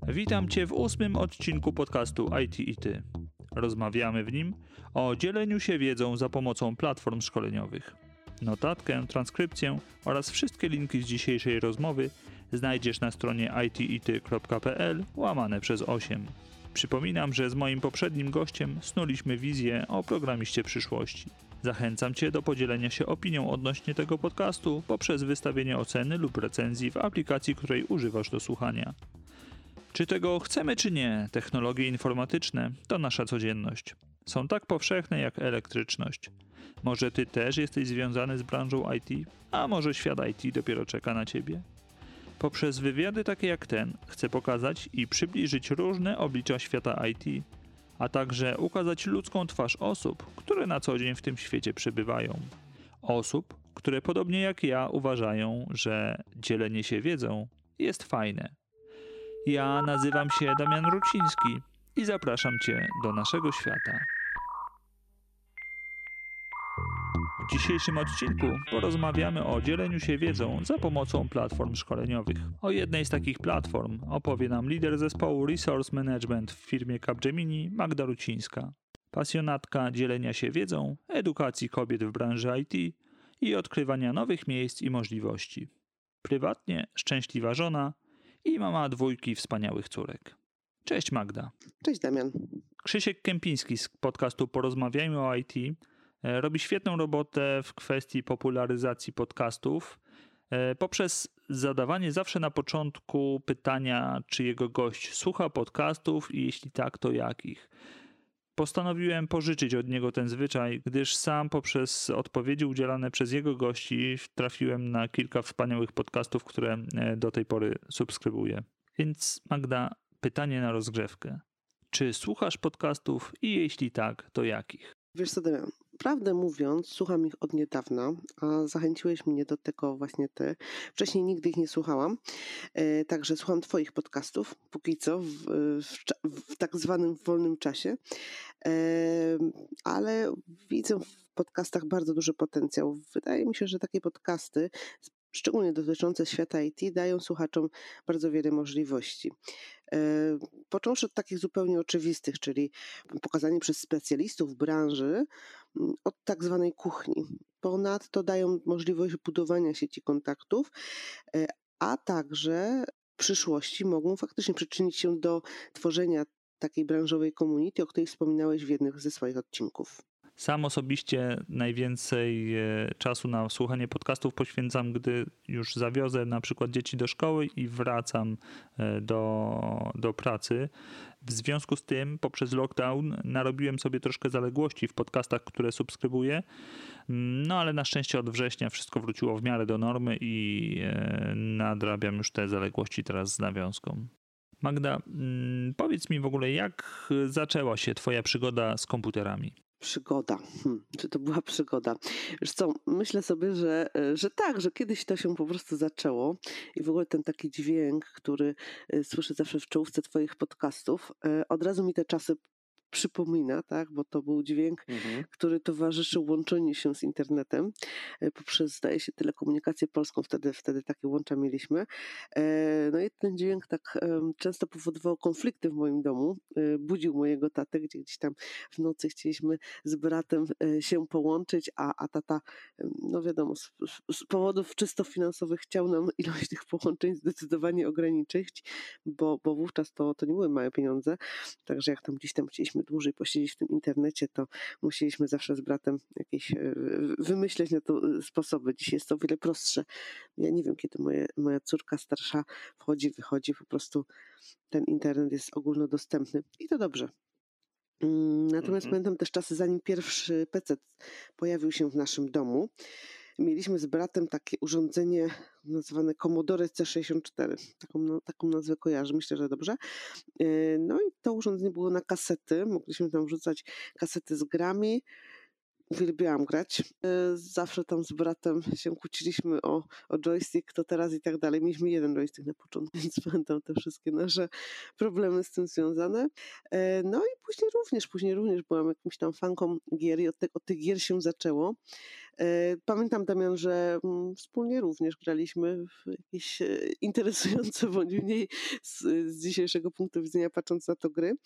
Witam Cię w 8. odcinku podcastu IT i Ty. Rozmawiamy w nim o dzieleniu się wiedzą za pomocą platform szkoleniowych. Notatkę, transkrypcję oraz wszystkie linki z dzisiejszej rozmowy znajdziesz na stronie itity.pl/8. Przypominam, że z moim poprzednim gościem snuliśmy wizję o programiście przyszłości. Zachęcam Cię do podzielenia się opinią odnośnie tego podcastu poprzez wystawienie oceny lub recenzji w aplikacji, której używasz do słuchania. Czy tego chcemy czy nie, technologie informatyczne to nasza codzienność. Są tak powszechne jak elektryczność. Może Ty też jesteś związany z branżą IT, a może świat IT dopiero czeka na Ciebie? Poprzez wywiady takie jak ten chcę pokazać i przybliżyć różne oblicza świata IT, a także ukazać ludzką twarz osób, które na co dzień w tym świecie przebywają. Osób, które podobnie jak ja uważają, że dzielenie się wiedzą jest fajne. Ja nazywam się Damian Ruciński i zapraszam Cię do naszego świata. W dzisiejszym odcinku porozmawiamy o dzieleniu się wiedzą za pomocą platform szkoleniowych. O jednej z takich platform opowie nam lider zespołu Resource Management w firmie Capgemini Magda Rucińska. Pasjonatka dzielenia się wiedzą, edukacji kobiet w branży IT i odkrywania nowych miejsc i możliwości. Prywatnie szczęśliwa żona i mama 2 wspaniałych córek. Cześć Magda. Cześć Damian. Krzysiek Kępiński z podcastu Porozmawiajmy o IT robi świetną robotę w kwestii popularyzacji podcastów poprzez zadawanie zawsze na początku pytania, czy jego gość słucha podcastów i jeśli tak, to jakich. Postanowiłem pożyczyć od niego ten zwyczaj, gdyż sam poprzez odpowiedzi udzielane przez jego gości trafiłem na kilka wspaniałych podcastów, które do tej pory subskrybuję. Więc Magda, pytanie na rozgrzewkę. Czy słuchasz podcastów i jeśli tak, to jakich? Wiesz co, Damian, prawdę mówiąc, słucham ich od niedawna, a zachęciłeś mnie do tego właśnie ty. Wcześniej nigdy ich nie słuchałam, także słucham twoich podcastów, póki co, w tak zwanym wolnym czasie, ale widzę w podcastach bardzo duży potencjał. Wydaje mi się, że takie podcasty, szczególnie dotyczące świata IT, dają słuchaczom bardzo wiele możliwości. Począwszy od takich zupełnie oczywistych, czyli pokazanie przez specjalistów branży od tak zwanej kuchni. Ponadto dają możliwość budowania sieci kontaktów, a także w przyszłości mogą faktycznie przyczynić się do tworzenia takiej branżowej community, o której wspominałeś w jednym ze swoich odcinków. Sam osobiście najwięcej czasu na słuchanie podcastów poświęcam, gdy już zawiozę na przykład dzieci do szkoły i wracam do pracy. W związku z tym poprzez lockdown narobiłem sobie troszkę zaległości w podcastach, które subskrybuję, no ale na szczęście od września wszystko wróciło w miarę do normy i nadrabiam już te zaległości teraz z nawiązką. Magda, powiedz mi w ogóle, jak zaczęła się twoja przygoda z komputerami? Przygoda. Czy to była przygoda? Wiesz co, myślę sobie, że tak, że kiedyś to się po prostu zaczęło i w ogóle ten taki dźwięk, który słyszę zawsze w czołówce twoich podcastów, od razu mi te czasy przypomina, tak, bo to był dźwięk, który towarzyszył łączeniu się z internetem poprzez, zdaje się, telekomunikację polską, wtedy takie łącza mieliśmy. No i ten dźwięk tak często powodował konflikty w moim domu, budził mojego tatę, gdzie gdzieś tam w nocy chcieliśmy z bratem się połączyć, a tata, no wiadomo, z powodów czysto finansowych chciał nam ilość tych połączeń zdecydowanie ograniczyć, bo wówczas to nie były małe pieniądze, także jak tam gdzieś tam chcieliśmy dłużej posiedzieć w tym internecie, to musieliśmy zawsze z bratem jakieś wymyśleć na to sposoby. Dzisiaj jest to o wiele prostsze. Ja nie wiem, kiedy moja córka starsza wychodzi, po prostu ten internet jest ogólnodostępny i to dobrze. Natomiast pamiętam też czasy, zanim pierwszy PC pojawił się w naszym domu. Mieliśmy z bratem takie urządzenie nazwane Commodore C64. Taką nazwę kojarzę, myślę, że dobrze. No i to urządzenie było na kasety. Mogliśmy tam wrzucać kasety z grami. Uwielbiałam grać. Zawsze tam z bratem się kłóciliśmy o joystick, kto teraz i tak dalej. Mieliśmy jeden joystick na początku, więc pamiętam te wszystkie nasze problemy z tym związane. No i później również byłam jakimś tam fanką gier i od tych gier się zaczęło. Pamiętam, Damian, że wspólnie również graliśmy w jakieś interesujące bądź mniej z dzisiejszego punktu widzenia patrząc na to gry.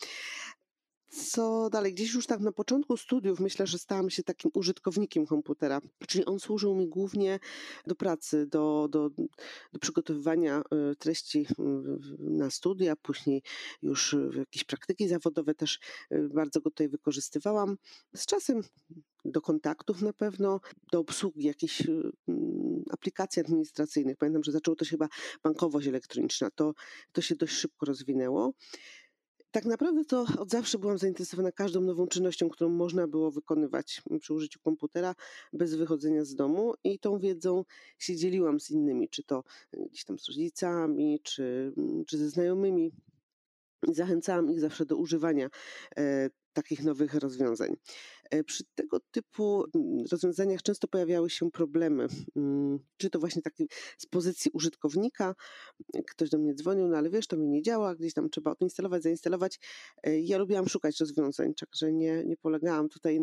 Co dalej? Gdzieś już tak na początku studiów myślę, że stałam się takim użytkownikiem komputera, czyli on służył mi głównie do pracy, do przygotowywania treści na studia, później już w jakieś praktyki zawodowe też bardzo go tutaj wykorzystywałam. Z czasem do kontaktów na pewno, do obsługi jakichś aplikacji administracyjnych. Pamiętam, że zaczęło to się chyba bankowość elektroniczna. To się dość szybko rozwinęło. Tak naprawdę to od zawsze byłam zainteresowana każdą nową czynnością, którą można było wykonywać przy użyciu komputera bez wychodzenia z domu i tą wiedzą się dzieliłam z innymi, czy to gdzieś tam z rodzicami, czy ze znajomymi. Zachęcałam ich zawsze do używania takich nowych rozwiązań. Przy tego typu rozwiązaniach często pojawiały się problemy, czy to właśnie takie z pozycji użytkownika, ktoś do mnie dzwonił, no ale wiesz, to mi nie działa, gdzieś tam trzeba odinstalować, zainstalować. Ja lubiłam szukać rozwiązań, także nie polegałam tutaj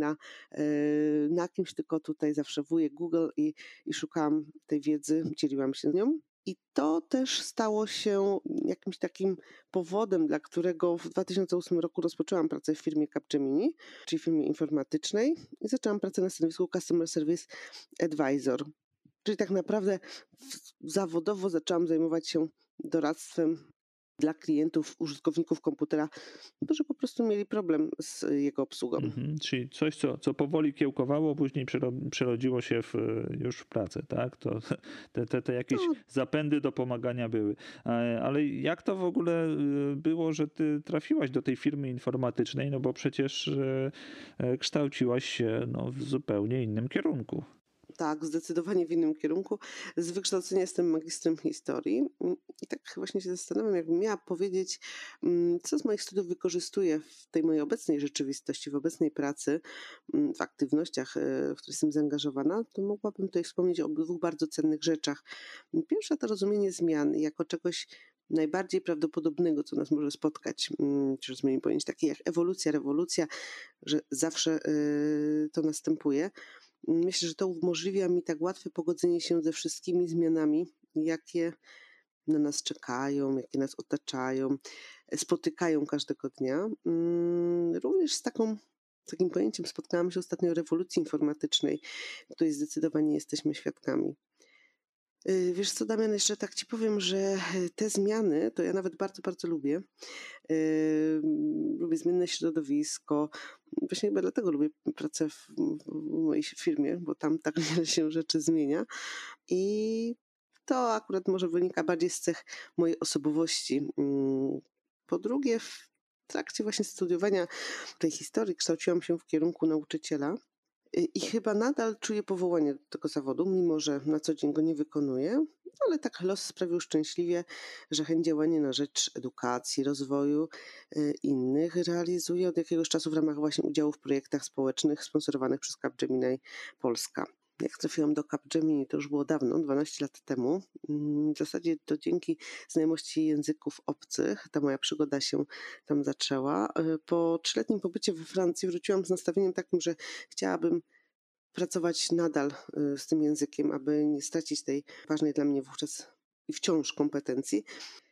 na kimś, tylko tutaj zawsze wujek Google i szukałam tej wiedzy, dzieliłam się z nią. I to też stało się jakimś takim powodem, dla którego w 2008 roku rozpoczęłam pracę w firmie Capgemini, czyli firmie informatycznej i zaczęłam pracę na stanowisku Customer Service Advisor. Czyli tak naprawdę zawodowo zaczęłam zajmować się doradztwem dla klientów, użytkowników komputera, którzy po prostu mieli problem z jego obsługą. Czyli coś, co powoli kiełkowało, później przerodziło się już w pracę, tak? Te jakieś zapędy do pomagania były. Ale jak to w ogóle było, że ty trafiłaś do tej firmy informatycznej? No bo przecież kształciłaś się w zupełnie innym kierunku. Tak, zdecydowanie w innym kierunku. Z wykształcenia jestem magistrem historii i tak właśnie się zastanawiam, jakbym miała powiedzieć, co z moich studiów wykorzystuję w tej mojej obecnej rzeczywistości, w obecnej pracy, w aktywnościach, w które jestem zaangażowana, to mogłabym tutaj wspomnieć o dwóch bardzo cennych rzeczach. Pierwsza to rozumienie zmiany jako czegoś najbardziej prawdopodobnego, co nas może spotkać, czy rozumienie pojęć takie jak ewolucja, rewolucja, że zawsze to następuje. Myślę, że to umożliwia mi tak łatwe pogodzenie się ze wszystkimi zmianami, jakie na nas czekają, jakie nas otaczają, spotykają każdego dnia. Również z takim pojęciem spotkałam się ostatnio o rewolucji informatycznej, której zdecydowanie jesteśmy świadkami. Wiesz co, Damian, jeszcze tak ci powiem, że te zmiany to ja nawet bardzo, bardzo lubię. Lubię zmienne środowisko. Właśnie chyba dlatego lubię pracę w mojej firmie, bo tam tak wiele się rzeczy zmienia. I to akurat może wynika bardziej z cech mojej osobowości. Po drugie, w trakcie właśnie studiowania tej historii kształciłam się w kierunku nauczyciela. I chyba nadal czuję powołanie do tego zawodu, mimo że na co dzień go nie wykonuję, ale tak los sprawił szczęśliwie, że chęć działania na rzecz edukacji, rozwoju innych realizuję od jakiegoś czasu w ramach właśnie udziału w projektach społecznych sponsorowanych przez Capgemini Polska. Jak trafiłam do Capgemini, to już było dawno, 12 lat temu. W zasadzie to dzięki znajomości języków obcych ta moja przygoda się tam zaczęła. Po 3-letnim pobycie we Francji wróciłam z nastawieniem takim, że chciałabym pracować nadal z tym językiem, aby nie stracić tej ważnej dla mnie wówczas i wciąż kompetencji.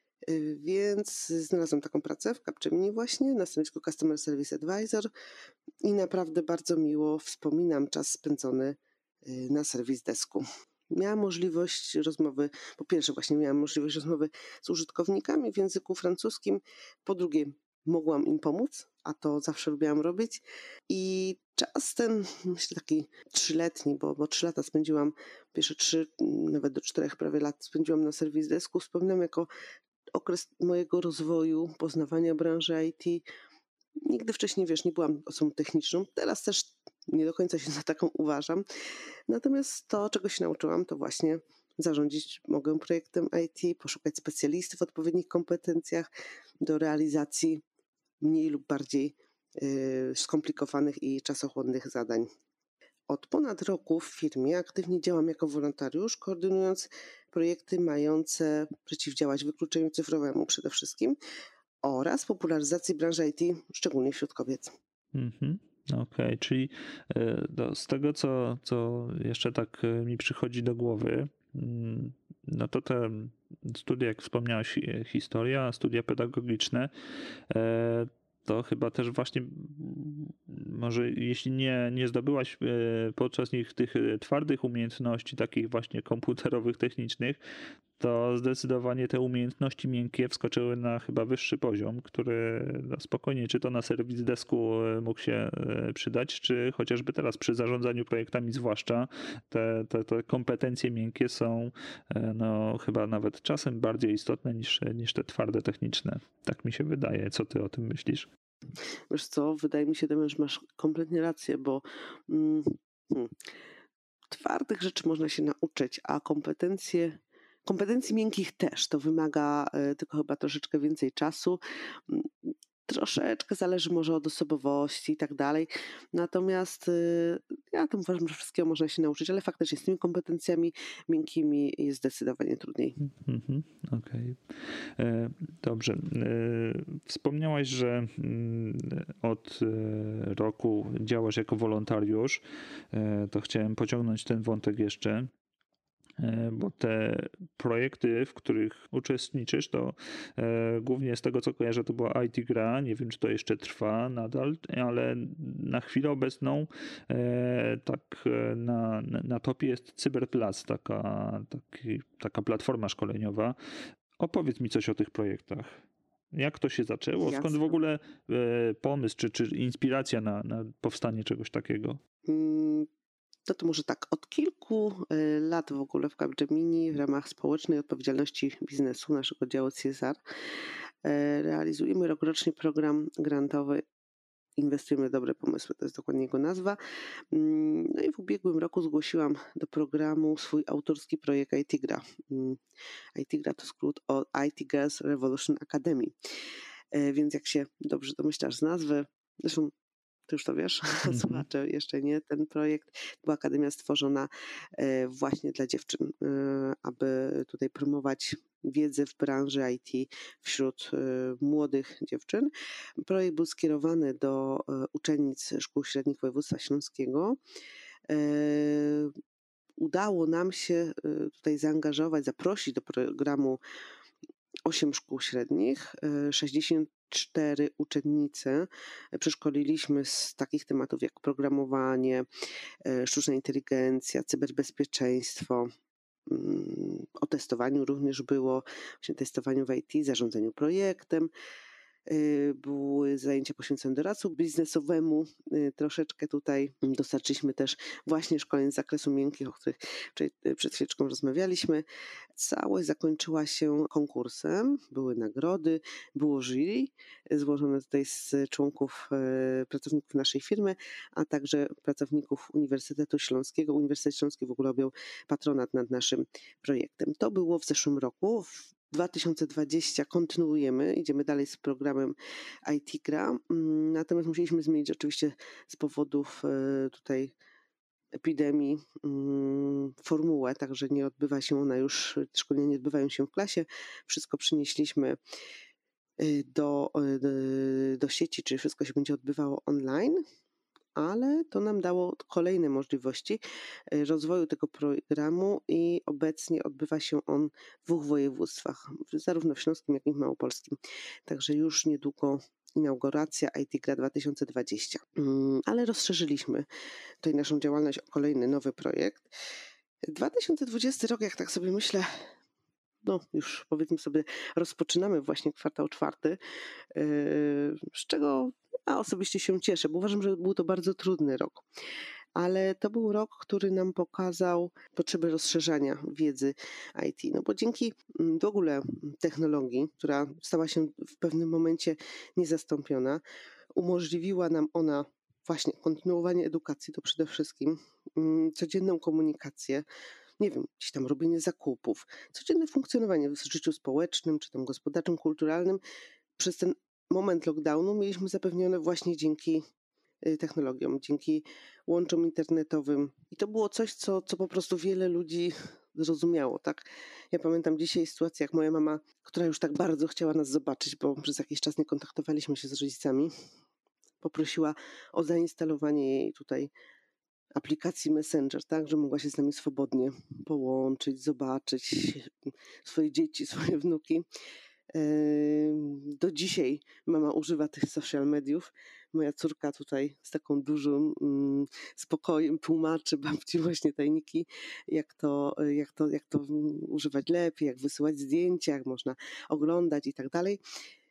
Więc znalazłam taką pracę w Capgemini właśnie na stanowisku Customer Service Advisor i naprawdę bardzo miło wspominam czas spędzony na serwis desku. Miałam możliwość rozmowy, po pierwsze właśnie miałam możliwość rozmowy z użytkownikami w języku francuskim, po drugie mogłam im pomóc, a to zawsze lubiłam robić i czas ten, myślę taki 3-letni, bo 3 lata spędziłam, pierwsze 3, nawet do 4 prawie lat spędziłam na serwis desku, wspominam jako okres mojego rozwoju, poznawania branży IT. Nigdy wcześniej, wiesz, nie byłam osobą techniczną, teraz też nie do końca się za taką uważam. Natomiast to, czego się nauczyłam, to właśnie zarządzić mogę projektem IT, poszukać specjalistów w odpowiednich kompetencjach do realizacji mniej lub bardziej skomplikowanych i czasochłonnych zadań. Od ponad roku w firmie aktywnie działam jako wolontariusz, koordynując projekty mające przeciwdziałać wykluczeniu cyfrowemu przede wszystkim oraz popularyzacji branży IT, szczególnie wśród kobiet. Okej, czyli z tego, co jeszcze tak mi przychodzi do głowy, no to te studia, jak wspomniałeś, historia, studia pedagogiczne, e, to chyba też właśnie, może jeśli nie zdobyłaś podczas nich tych twardych umiejętności, takich właśnie komputerowych, technicznych, to zdecydowanie te umiejętności miękkie wskoczyły na chyba wyższy poziom, który no spokojnie, czy to na serwis desku mógł się przydać, czy chociażby teraz przy zarządzaniu projektami zwłaszcza te kompetencje miękkie są no chyba nawet czasem bardziej istotne niż te twarde techniczne. Tak mi się wydaje. Co ty o tym myślisz? Wiesz co, wydaje mi się, Damian, że masz kompletnie rację, bo mm, hmm, twardych rzeczy można się nauczyć, a kompetencji miękkich też. To wymaga tylko chyba troszeczkę więcej czasu. Mm, Troszeczkę zależy może od osobowości i tak dalej. Natomiast ja tam uważam, że wszystkiego można się nauczyć, ale faktycznie z tymi kompetencjami miękkimi jest zdecydowanie trudniej. Mhm, okej. Dobrze. Wspomniałaś, że od roku działasz jako wolontariusz. To chciałem pociągnąć ten wątek jeszcze, bo te projekty, w których uczestniczysz, to głównie z tego, co kojarzę, to była IT gra. Nie wiem, czy to jeszcze trwa nadal, ale na chwilę obecną tak na topie jest Cyberplus, taka platforma szkoleniowa. Opowiedz mi coś o tych projektach. Jak to się zaczęło? Skąd w Jasne. ogóle pomysł czy inspiracja na powstanie czegoś takiego? Mm, No to może tak, od kilku lat w ogóle w Capgemini w ramach społecznej odpowiedzialności biznesu naszego działu CSR realizujemy rokrocznie program grantowy Inwestujemy w dobre pomysły, to jest dokładnie jego nazwa. No i w ubiegłym roku zgłosiłam do programu swój autorski projekt ITGRA. ITGRA to skrót od IT Girls Revolution Academy. Więc jak się dobrze domyślasz z nazwy, zresztą ty już to wiesz, słuchacze jeszcze nie, ten projekt była akademia stworzona właśnie dla dziewczyn, aby tutaj promować wiedzę w branży IT wśród młodych dziewczyn. Projekt był skierowany do uczennic szkół średnich województwa śląskiego. Udało nam się tutaj zaangażować, zaprosić do programu 8 szkół średnich, 64 uczennice. Przeszkoliliśmy z takich tematów jak programowanie, sztuczna inteligencja, cyberbezpieczeństwo. O testowaniu również było, właśnie testowaniu w IT, zarządzaniu projektem. Były zajęcia poświęcone doradcy biznesowemu. Troszeczkę tutaj dostarczyliśmy też właśnie szkoleń z zakresu miękkich, o których przed chwileczką rozmawialiśmy. Całość zakończyła się konkursem, były nagrody, było jury złożone tutaj z członków, pracowników naszej firmy, a także pracowników Uniwersytetu Śląskiego. Uniwersytet Śląski w ogóle objął patronat nad naszym projektem. To było w zeszłym roku. W 2020 kontynuujemy, idziemy dalej z programem IT Gra, natomiast musieliśmy zmienić oczywiście z powodów tutaj epidemii formułę, także nie odbywa się ona już, szkolenia nie odbywają się w klasie. Wszystko przenieśliśmy do sieci, czyli wszystko się będzie odbywało online, ale to nam dało kolejne możliwości rozwoju tego programu i obecnie odbywa się on w 2 województwach, zarówno w śląskim, jak i w małopolskim. Także już niedługo inauguracja IT Gra 2020. Ale rozszerzyliśmy tutaj naszą działalność o kolejny nowy projekt. 2020 rok, jak tak sobie myślę, no już powiedzmy sobie, rozpoczynamy właśnie kwartał 4, z czego ja osobiście się cieszę, bo uważam, że był to bardzo trudny rok. Ale to był rok, który nam pokazał potrzebę rozszerzania wiedzy IT. No bo dzięki w ogóle technologii, która stała się w pewnym momencie niezastąpiona, umożliwiła nam ona właśnie kontynuowanie edukacji, to przede wszystkim codzienną komunikację, nie wiem, gdzieś tam robienie zakupów, codzienne funkcjonowanie w życiu społecznym, czy tam gospodarczym, kulturalnym. Przez ten moment lockdownu mieliśmy zapewnione właśnie dzięki technologiom, dzięki łączom internetowym. I to było coś, co po prostu wiele ludzi zrozumiało, tak? Ja pamiętam dzisiaj sytuację, jak moja mama, która już tak bardzo chciała nas zobaczyć, bo przez jakiś czas nie kontaktowaliśmy się z rodzicami, poprosiła o zainstalowanie jej tutaj aplikacji Messenger, tak, że mogła się z nami swobodnie połączyć, zobaczyć swoje dzieci, swoje wnuki. Do dzisiaj mama używa tych social mediów. Moja córka tutaj z taką dużym spokojem tłumaczy babci właśnie tajniki, jak to używać lepiej, jak wysyłać zdjęcia, jak można oglądać i tak dalej.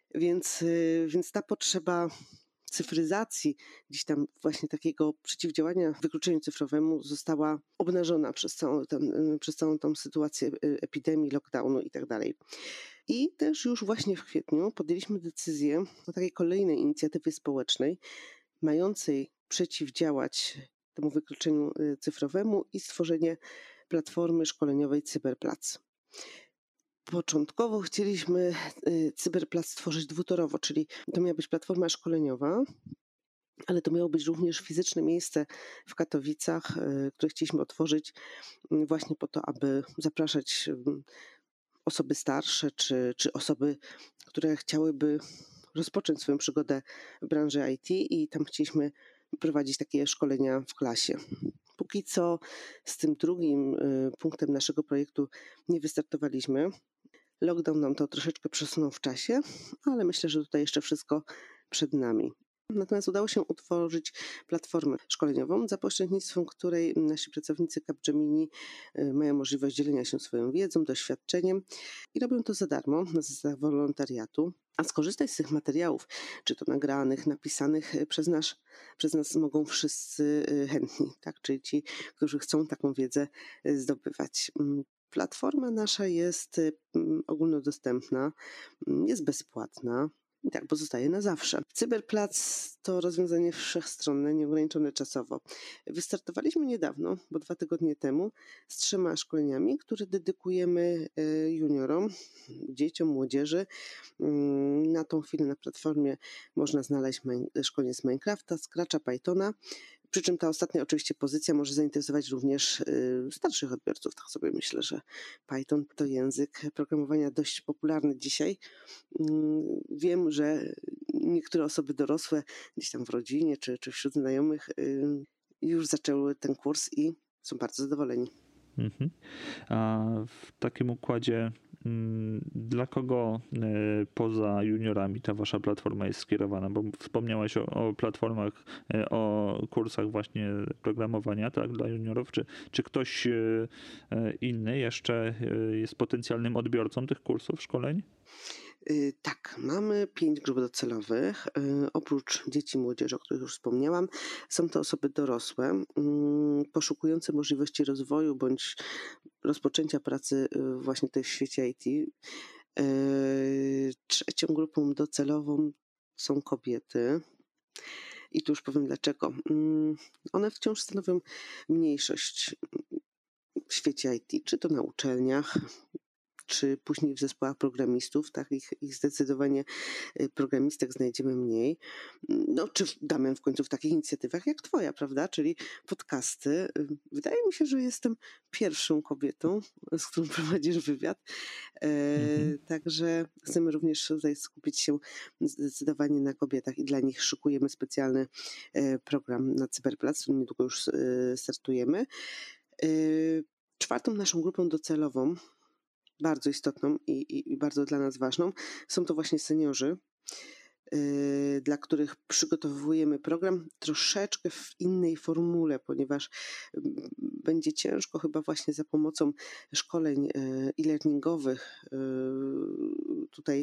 Więc ta potrzeba cyfryzacji, gdzieś tam właśnie takiego przeciwdziałania wykluczeniu cyfrowemu została obnażona przez całą tą sytuację epidemii, lockdownu i tak dalej. I też już właśnie w kwietniu podjęliśmy decyzję o takiej kolejnej inicjatywie społecznej mającej przeciwdziałać temu wykluczeniu cyfrowemu i stworzenie platformy szkoleniowej Cyberplac. Początkowo chcieliśmy Cyberplac stworzyć dwutorowo, czyli to miała być platforma szkoleniowa, ale to miało być również fizyczne miejsce w Katowicach, które chcieliśmy otworzyć właśnie po to, aby zapraszać osoby starsze czy osoby, które chciałyby rozpocząć swoją przygodę w branży IT i tam chcieliśmy prowadzić takie szkolenia w klasie. Póki co z tym drugim punktem naszego projektu nie wystartowaliśmy. Lockdown nam to troszeczkę przesunął w czasie, ale myślę, że tutaj jeszcze wszystko przed nami. Natomiast udało się utworzyć platformę szkoleniową, za pośrednictwem której nasi pracownicy Capgemini mają możliwość dzielenia się swoją wiedzą, doświadczeniem i robią to za darmo, na zasadach wolontariatu. A skorzystać z tych materiałów, czy to nagranych, napisanych przez nas mogą wszyscy chętni, tak? Czyli ci, którzy chcą taką wiedzę zdobywać. Platforma nasza jest ogólnodostępna, jest bezpłatna i tak pozostaje na zawsze. Cyberplac to rozwiązanie wszechstronne, nieograniczone czasowo. Wystartowaliśmy niedawno, bo 2 tygodnie temu, z 3 szkoleniami, które dedykujemy juniorom, dzieciom, młodzieży. Na tą chwilę na platformie można znaleźć szkolenie z Minecrafta, Scratcha, Pythona. Przy czym ta ostatnia oczywiście pozycja może zainteresować również starszych odbiorców. Tak sobie myślę, że Python to język programowania dość popularny dzisiaj. Wiem, że niektóre osoby dorosłe gdzieś tam w rodzinie czy wśród znajomych już zaczęły ten kurs i są bardzo zadowoleni. A w takim układzie dla kogo poza juniorami ta wasza platforma jest skierowana? Bo wspomniałaś o platformach, o kursach właśnie programowania, tak, dla juniorów. Czy ktoś inny jeszcze jest potencjalnym odbiorcą tych kursów, szkoleń? Tak, mamy 5 grup docelowych. Oprócz dzieci i młodzieży, o których już wspomniałam, są to osoby dorosłe, poszukujące możliwości rozwoju bądź rozpoczęcia pracy właśnie tutaj w świecie IT. Trzecią grupą docelową są kobiety. I tu już powiem dlaczego. One wciąż stanowią mniejszość w świecie IT, czy to na uczelniach, czy później w zespołach programistów, tak, ich zdecydowanie programistek znajdziemy mniej. No, czy Damian w końcu w takich inicjatywach jak twoja, prawda, czyli podcasty. Wydaje mi się, że jestem pierwszą kobietą, z którą prowadzisz wywiad, także chcemy również tutaj skupić się zdecydowanie na kobietach i dla nich szykujemy specjalny program na Cyberplac, który niedługo już startujemy. Czwartą naszą grupą docelową, bardzo istotną i bardzo dla nas ważną, są to właśnie seniorzy, dla których przygotowujemy program troszeczkę w innej formule, ponieważ będzie ciężko chyba właśnie za pomocą szkoleń e-learningowych tutaj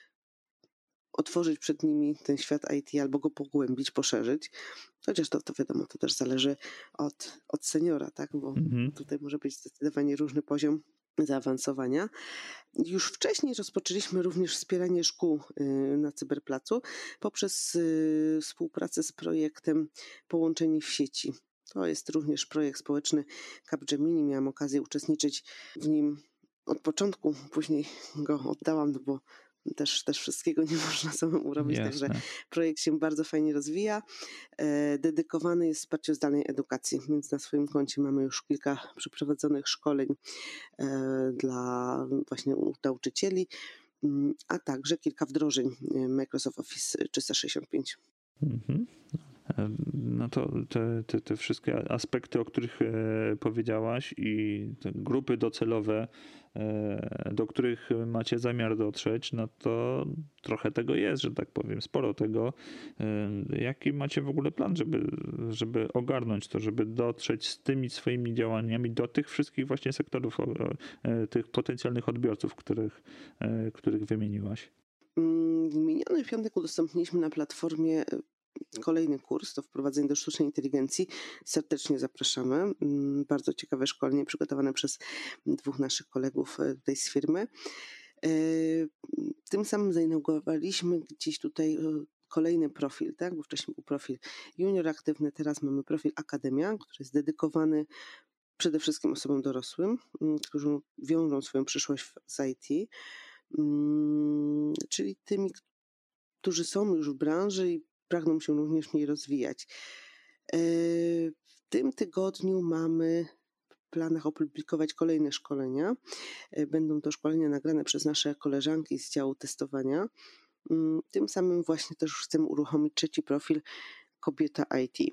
otworzyć przed nimi ten świat IT albo go pogłębić, poszerzyć. Chociaż to wiadomo, to też zależy od seniora, tak? Bo tutaj może być zdecydowanie różny poziom zaawansowania. Już wcześniej rozpoczęliśmy również wspieranie szkół na Cyberplacu poprzez współpracę z projektem Połączeni w sieci. To jest również projekt społeczny Capgemini. Miałam okazję uczestniczyć w nim od początku, później go oddałam, no bo też wszystkiego nie można samemu robić, Jasne. Także projekt się bardzo fajnie rozwija. Dedykowany jest wsparciu zdalnej edukacji, więc na swoim koncie mamy już kilka przeprowadzonych szkoleń dla właśnie nauczycieli, a także kilka wdrożeń Microsoft Office 365. Mhm. No to te wszystkie aspekty, o których powiedziałaś i te grupy docelowe, do których macie zamiar dotrzeć, no to trochę tego jest, że tak powiem, sporo tego. Jaki macie w ogóle plan, żeby ogarnąć to, żeby dotrzeć z tymi swoimi działaniami do tych wszystkich właśnie sektorów, tych potencjalnych odbiorców, których wymieniłaś? W miniony piątek udostępniliśmy na platformie kolejny kurs, to wprowadzenie do sztucznej inteligencji. Serdecznie zapraszamy. Bardzo ciekawe szkolenie przygotowane przez dwóch naszych kolegów tutaj z firmy. Tym samym zainaugurowaliśmy gdzieś tutaj kolejny profil, tak? Bo wcześniej był profil junior aktywny, teraz mamy profil akademia, który jest dedykowany przede wszystkim osobom dorosłym, którzy wiążą swoją przyszłość z IT, czyli tymi, którzy są już w branży i pragną się również w niej rozwijać. W tym tygodniu mamy w planach opublikować kolejne szkolenia. Będą to szkolenia nagrane przez nasze koleżanki z działu testowania. Tym samym właśnie też chcemy uruchomić trzeci profil Kobieta IT.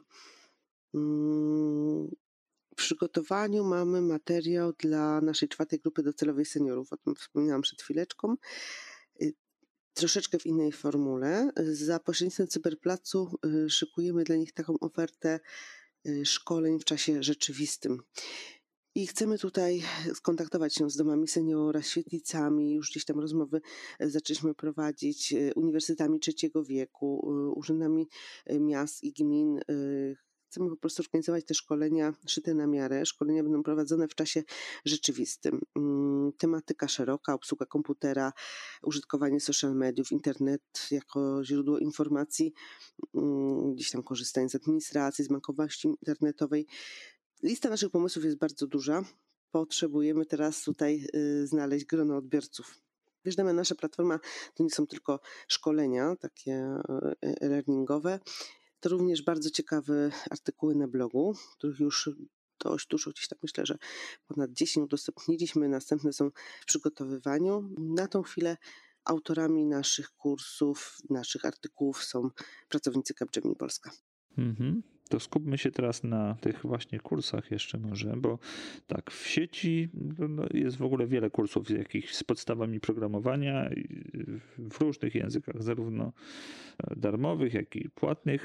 W przygotowaniu mamy materiał dla naszej czwartej grupy docelowej seniorów, o tym wspominałam przed chwileczką. Troszeczkę w innej formule. Za pośrednictwem Cyberplacu szykujemy dla nich taką ofertę szkoleń w czasie rzeczywistym. I chcemy tutaj skontaktować się z domami seniora, świetlicami, już gdzieś tam rozmowy zaczęliśmy prowadzić, uniwersytetami trzeciego wieku, urzędami miast i gmin. Chcemy po prostu organizować te szkolenia szyte na miarę. Szkolenia będą prowadzone w czasie rzeczywistym. Tematyka szeroka, obsługa komputera, użytkowanie social mediów, internet jako źródło informacji, gdzieś tam korzystanie z administracji, z bankowości internetowej. Lista naszych pomysłów jest bardzo duża. Potrzebujemy teraz tutaj znaleźć grono odbiorców. Wiesz, Damian, nasza platforma to nie są tylko szkolenia takie e-learningowe, to również bardzo ciekawe artykuły na blogu, których już dość dużo, gdzieś tak myślę, że ponad 10 udostępniliśmy, następne są w przygotowywaniu. Na tą chwilę autorami naszych kursów, naszych artykułów są pracownicy Capgemini Polska. To skupmy się teraz na tych właśnie kursach jeszcze może, bo tak, w sieci jest w ogóle wiele kursów z podstawami programowania w różnych językach, zarówno darmowych, jak i płatnych.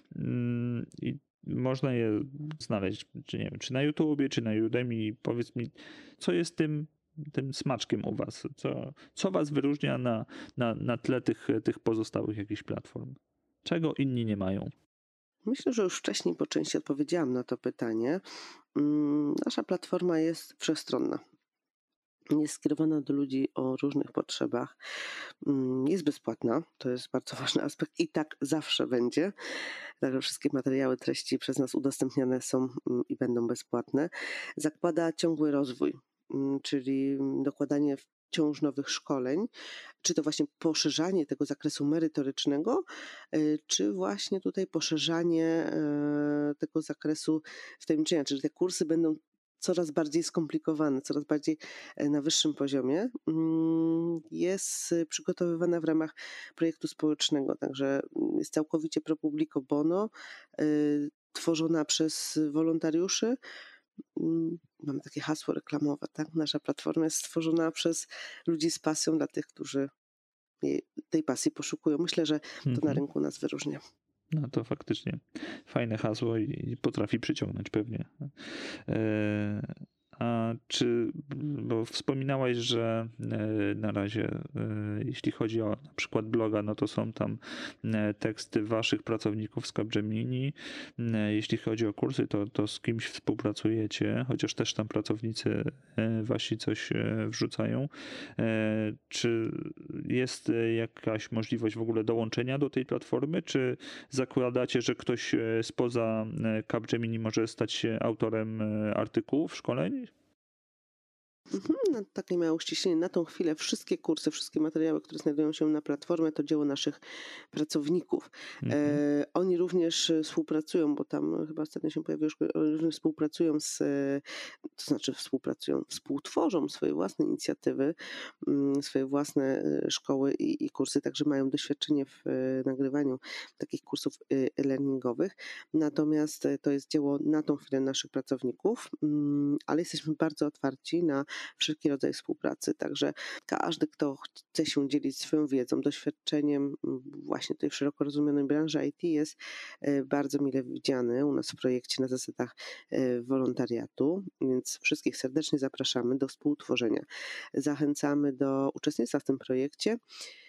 I można je znaleźć, czy nie wiem, czy na YouTubie, czy na Udemy. Powiedz mi, co jest tym smaczkiem u was? Co was wyróżnia na tle tych pozostałych jakichś platform? Czego inni nie mają? Myślę, że już wcześniej po części odpowiedziałam na to pytanie. Nasza platforma jest wszechstronna. Jest skierowana do ludzi o różnych potrzebach. Jest bezpłatna, to jest bardzo ważny aspekt i tak zawsze będzie. Także wszystkie materiały, treści przez nas udostępniane są i będą bezpłatne. Zakłada ciągły rozwój, czyli dokładanie wciąż nowych szkoleń, czy to właśnie poszerzanie tego zakresu merytorycznego, czy właśnie tutaj poszerzanie tego zakresu wtajemniczenia, czyli te kursy będą coraz bardziej skomplikowane, coraz bardziej na wyższym poziomie. Jest przygotowywana w ramach projektu społecznego, także jest całkowicie pro publico bono, tworzona przez wolontariuszy. Mamy takie hasło reklamowe, tak? Nasza platforma jest stworzona przez ludzi z pasją, dla tych, którzy tej pasji poszukują. Myślę, że to na rynku nas wyróżnia. No to faktycznie fajne hasło i potrafi przyciągnąć pewnie. A bo wspominałaś, że na razie, jeśli chodzi o na przykład bloga, no to są tam teksty waszych pracowników z Capgemini. Jeśli chodzi o kursy, to z kimś współpracujecie, chociaż też tam pracownicy wasi coś wrzucają. Czy jest jakaś możliwość w ogóle dołączenia do tej platformy, czy zakładacie, że ktoś spoza Capgemini może stać się autorem artykułów, szkoleń? No, takie małe uściślenie. Na tą chwilę wszystkie kursy, wszystkie materiały, które znajdują się na platformie, to dzieło naszych pracowników. Mhm. Oni również współpracują, bo tam chyba ostatnio się pojawiło, oni również współpracują to znaczy współtworzą swoje własne inicjatywy, swoje własne szkoły i kursy, także mają doświadczenie w nagrywaniu takich kursów e-learningowych. Natomiast to jest dzieło na tą chwilę naszych pracowników, ale jesteśmy bardzo otwarci na wszelki rodzaj współpracy. Także każdy, kto chce się dzielić swoją wiedzą, doświadczeniem właśnie tej szeroko rozumianej branży IT jest bardzo mile widziany u nas w projekcie na zasadach wolontariatu, więc wszystkich serdecznie zapraszamy do współtworzenia. Zachęcamy do uczestnictwa w tym projekcie.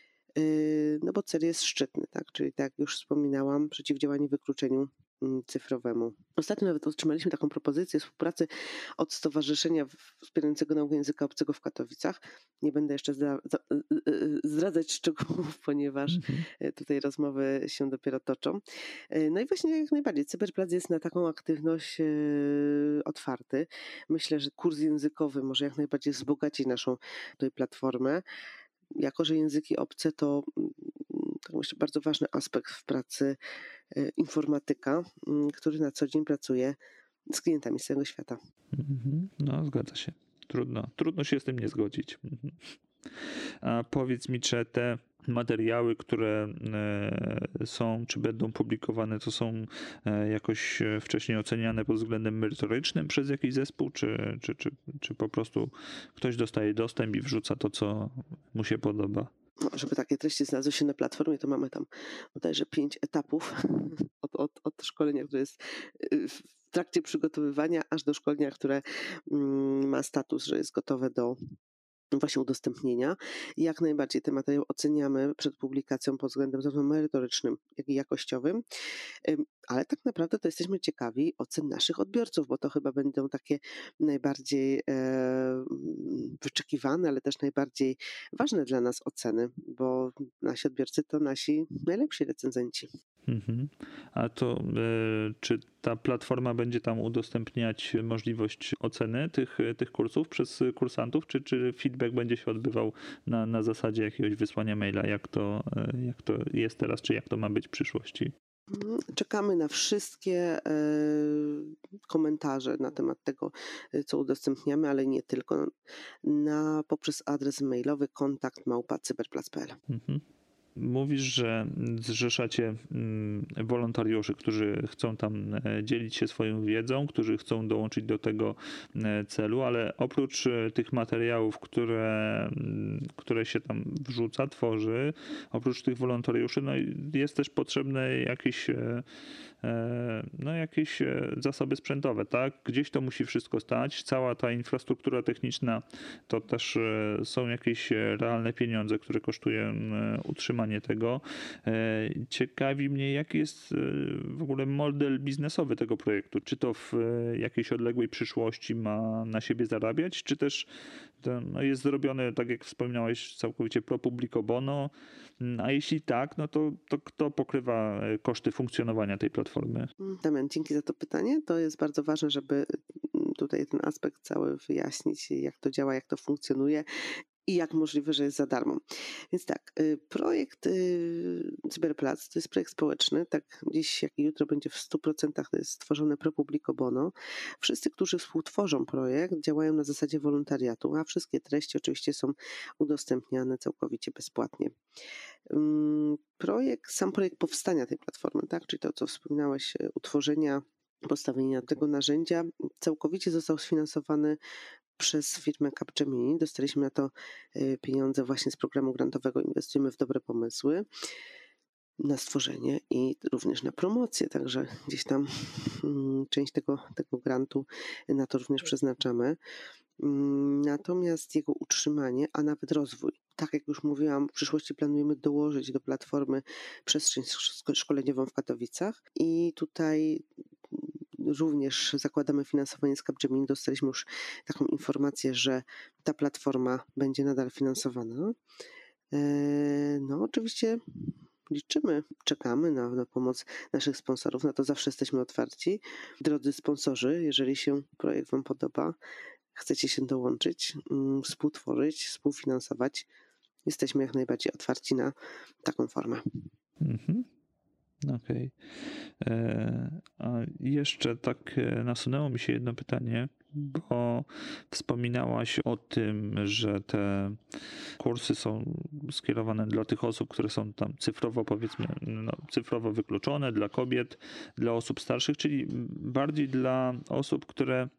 No bo cel jest szczytny, tak? Czyli tak jak już wspominałam, przeciwdziałanie wykluczeniu cyfrowemu. Ostatnio nawet otrzymaliśmy taką propozycję współpracy od Stowarzyszenia Wspierającego Naukę Języka Obcego w Katowicach. Nie będę jeszcze zdradzać szczegółów, ponieważ Mhm. tutaj rozmowy się dopiero toczą. No i właśnie jak najbardziej Cyberplac jest na taką aktywność otwarty. Myślę, że kurs językowy może jak najbardziej wzbogacić naszą tutaj platformę. Jako że języki obce to tak myślę, bardzo ważny aspekt w pracy informatyka, który na co dzień pracuje z klientami z całego świata. Mhm. No, zgadza się. Trudno się z tym nie zgodzić. Mhm. A powiedz mi, czy te materiały, które są, czy będą publikowane, to są jakoś wcześniej oceniane pod względem merytorycznym przez jakiś zespół, czy po prostu ktoś dostaje dostęp i wrzuca to, co mu się podoba? No, żeby takie treści znalazły się na platformie, to mamy tam bodajże 5 etapów od szkolenia, które jest w trakcie przygotowywania, aż do szkolenia, które ma status, że jest gotowe do właśnie udostępnienia. I jak najbardziej te materiały oceniamy przed publikacją pod względem zarówno merytorycznym, jak i jakościowym. Ale tak naprawdę to jesteśmy ciekawi ocen naszych odbiorców, bo to chyba będą takie najbardziej wyczekiwane, ale też najbardziej ważne dla nas oceny, bo nasi odbiorcy to nasi najlepsi recenzenci. Mhm. A to czy ta platforma będzie tam udostępniać możliwość oceny tych kursów przez kursantów, czy feedback będzie się odbywał na zasadzie jakiegoś wysłania maila, jak to jest teraz, czy jak to ma być w przyszłości? Czekamy na wszystkie komentarze na temat tego, co udostępniamy, ale nie tylko, poprzez adres mailowy kontakt@cyberplac.pl. Mhm. Mówisz, że zrzeszacie wolontariuszy, którzy chcą tam dzielić się swoją wiedzą, którzy chcą dołączyć do tego celu, ale oprócz tych materiałów, które się tam wrzuca, tworzy, oprócz tych wolontariuszy, no jest też potrzebne jakieś zasoby sprzętowe, tak? Gdzieś to musi wszystko stać. Cała ta infrastruktura techniczna to też są jakieś realne pieniądze, które kosztuje utrzymanie tego. Ciekawi mnie, jaki jest w ogóle model biznesowy tego projektu. Czy to w jakiejś odległej przyszłości ma na siebie zarabiać, czy też to jest zrobione, tak jak wspominałeś, całkowicie pro publico bono, a jeśli tak, no to kto pokrywa koszty funkcjonowania tej platformy? Damian, dzięki za to pytanie. To jest bardzo ważne, żeby tutaj ten aspekt cały wyjaśnić, jak to działa, jak to funkcjonuje i jak możliwe, że jest za darmo. Więc tak, projekt Cyberplac to jest projekt społeczny, tak dziś jak i jutro będzie w 100% to jest stworzone pro publico bono. Wszyscy, którzy współtworzą projekt, działają na zasadzie wolontariatu, a wszystkie treści oczywiście są udostępniane całkowicie bezpłatnie. Sam projekt powstania tej platformy, tak, czyli to, co wspominałeś, utworzenia, postawienia tego narzędzia, całkowicie został sfinansowany przez firmę Capgemini. Dostaliśmy na to pieniądze właśnie z programu grantowego Inwestujemy w dobre pomysły, na stworzenie i również na promocję, także gdzieś tam część tego grantu na to również przeznaczamy. Natomiast jego utrzymanie, a nawet rozwój, tak jak już mówiłam, w przyszłości planujemy dołożyć do platformy przestrzeń szkoleniową w Katowicach i tutaj również zakładamy finansowanie z Capgemini. Dostaliśmy już taką informację, że ta platforma będzie nadal finansowana. No oczywiście czekamy na pomoc naszych sponsorów, na to zawsze jesteśmy otwarci. Drodzy sponsorzy, jeżeli się projekt Wam podoba, chcecie się dołączyć, współtworzyć, współfinansować, jesteśmy jak najbardziej otwarci na taką formę. Okej. A jeszcze tak nasunęło mi się jedno pytanie, bo wspominałaś o tym, że te kursy są skierowane dla tych osób, które są tam cyfrowo, powiedzmy, cyfrowo wykluczone, dla kobiet, dla osób starszych, czyli bardziej dla osób, które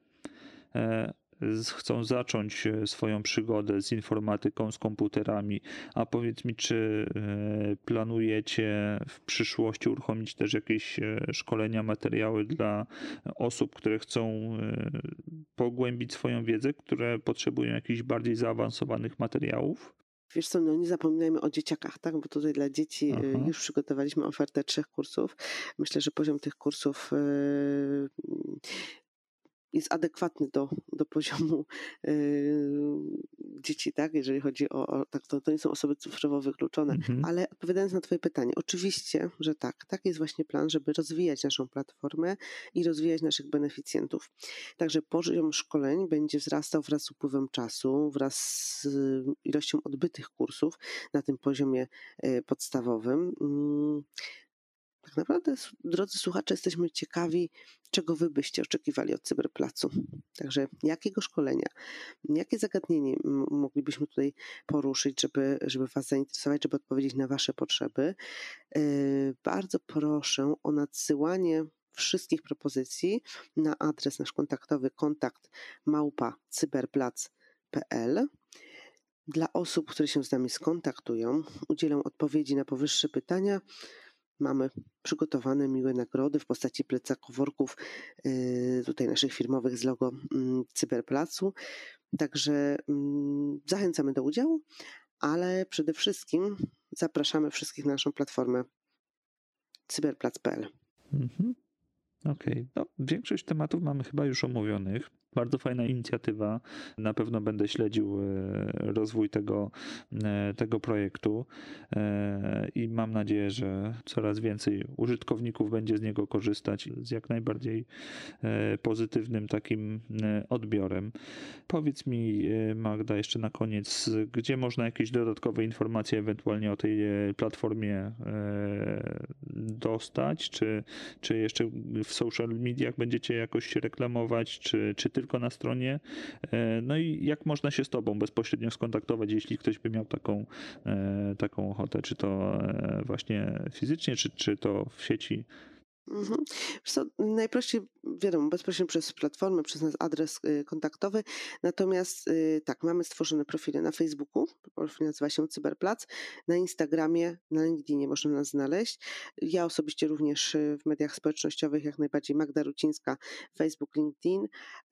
chcą zacząć swoją przygodę z informatyką, z komputerami. A powiedz mi, czy planujecie w przyszłości uruchomić też jakieś szkolenia, materiały dla osób, które chcą pogłębić swoją wiedzę, które potrzebują jakichś bardziej zaawansowanych materiałów? Wiesz co, nie zapominajmy o dzieciakach, tak? Bo tutaj dla dzieci już przygotowaliśmy ofertę 3 kursów. Myślę, że poziom tych kursów jest adekwatny do poziomu dzieci, tak? Jeżeli chodzi o tak, to nie są osoby cyfrowo wykluczone. Ale odpowiadając na twoje pytanie, oczywiście, że tak. Tak jest właśnie plan, żeby rozwijać naszą platformę i rozwijać naszych beneficjentów. Także poziom szkoleń będzie wzrastał wraz z upływem czasu, wraz z ilością odbytych kursów na tym poziomie podstawowym. Tak naprawdę, drodzy słuchacze, jesteśmy ciekawi, czego wy byście oczekiwali od Cyberplacu. Także jakiego szkolenia, jakie zagadnienie moglibyśmy tutaj poruszyć, żeby was zainteresować, żeby odpowiedzieć na wasze potrzeby. Bardzo proszę o nadsyłanie wszystkich propozycji na adres nasz kontaktowy kontakt@cyberplac.pl. Dla osób, które się z nami skontaktują, udzielę odpowiedzi na powyższe pytania. Mamy przygotowane miłe nagrody w postaci plecaków, worków tutaj naszych firmowych z logo Cyberplacu. Także zachęcamy do udziału, ale przede wszystkim zapraszamy wszystkich na naszą platformę cyberplac.pl. Okej. No, większość tematów mamy chyba już omówionych. Bardzo fajna inicjatywa. Na pewno będę śledził rozwój tego projektu i mam nadzieję, że coraz więcej użytkowników będzie z niego korzystać z jak najbardziej pozytywnym takim odbiorem. Powiedz mi, Magda, jeszcze na koniec, gdzie można jakieś dodatkowe informacje ewentualnie o tej platformie dostać? Czy jeszcze w social mediach będziecie jakoś się reklamować, czy tylko na stronie? No i jak można się z tobą bezpośrednio skontaktować, jeśli ktoś by miał taką ochotę, czy to właśnie fizycznie, czy to w sieci? Wiesz co, najprościej, wiadomo, bezpośrednio przez platformę, przez nasz adres kontaktowy. Natomiast tak, mamy stworzone profile na Facebooku, profil nazywa się Cyberplac, na Instagramie, na LinkedInie można nas znaleźć. Ja osobiście również w mediach społecznościowych, jak najbardziej Magda Rucińska, Facebook, LinkedIn,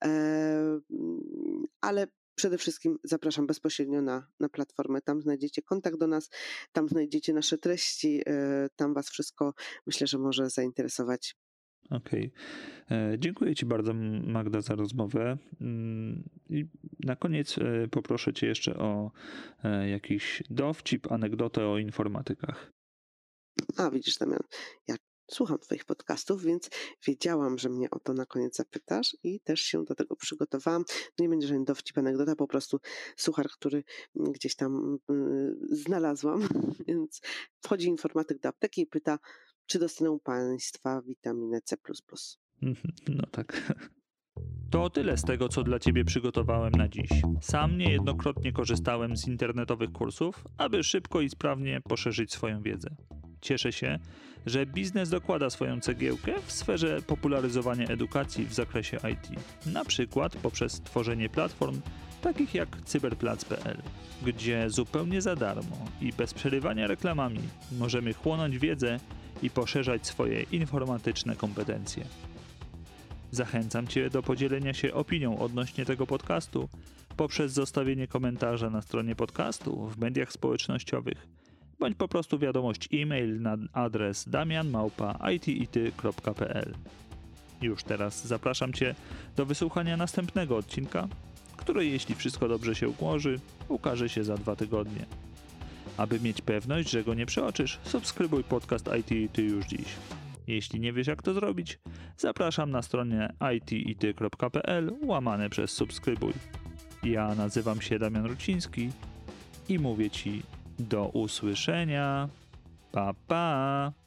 ale przede wszystkim zapraszam bezpośrednio na platformę. Tam znajdziecie kontakt do nas, tam znajdziecie nasze treści, tam was wszystko, myślę, że może zainteresować. Okej. Dziękuję ci bardzo, Magda, za rozmowę. I na koniec poproszę cię jeszcze o jakiś dowcip, anegdotę o informatykach. A widzisz, Damian, ja słucham twoich podcastów, więc wiedziałam, że mnie o to na koniec zapytasz i też się do tego przygotowałam. Nie będzie żaden dowcip, anegdota, po prostu suchar, który gdzieś tam znalazłam. Więc wchodzi informatyk do apteki i pyta, czy dostaną państwa witaminę C++. No tak. To tyle z tego, co dla ciebie przygotowałem na dziś. Sam niejednokrotnie korzystałem z internetowych kursów, aby szybko i sprawnie poszerzyć swoją wiedzę. Cieszę się, że biznes dokłada swoją cegiełkę w sferze popularyzowania edukacji w zakresie IT. Na przykład poprzez tworzenie platform takich jak cyberplac.pl, gdzie zupełnie za darmo i bez przerywania reklamami możemy chłonąć wiedzę i poszerzać swoje informatyczne kompetencje. Zachęcam cię do podzielenia się opinią odnośnie tego podcastu poprzez zostawienie komentarza na stronie podcastu, w mediach społecznościowych, bądź po prostu wiadomość e-mail na adres damian@itity.pl. Już teraz zapraszam cię do wysłuchania następnego odcinka, który, jeśli wszystko dobrze się ułoży, ukaże się za 2 tygodnie. Aby mieć pewność, że go nie przeoczysz, subskrybuj podcast ITity już dziś. Jeśli nie wiesz, jak to zrobić, zapraszam na stronę itity.pl /subskrybuj. Ja nazywam się Damian Ruciński i mówię Ci do usłyszenia. Pa, pa!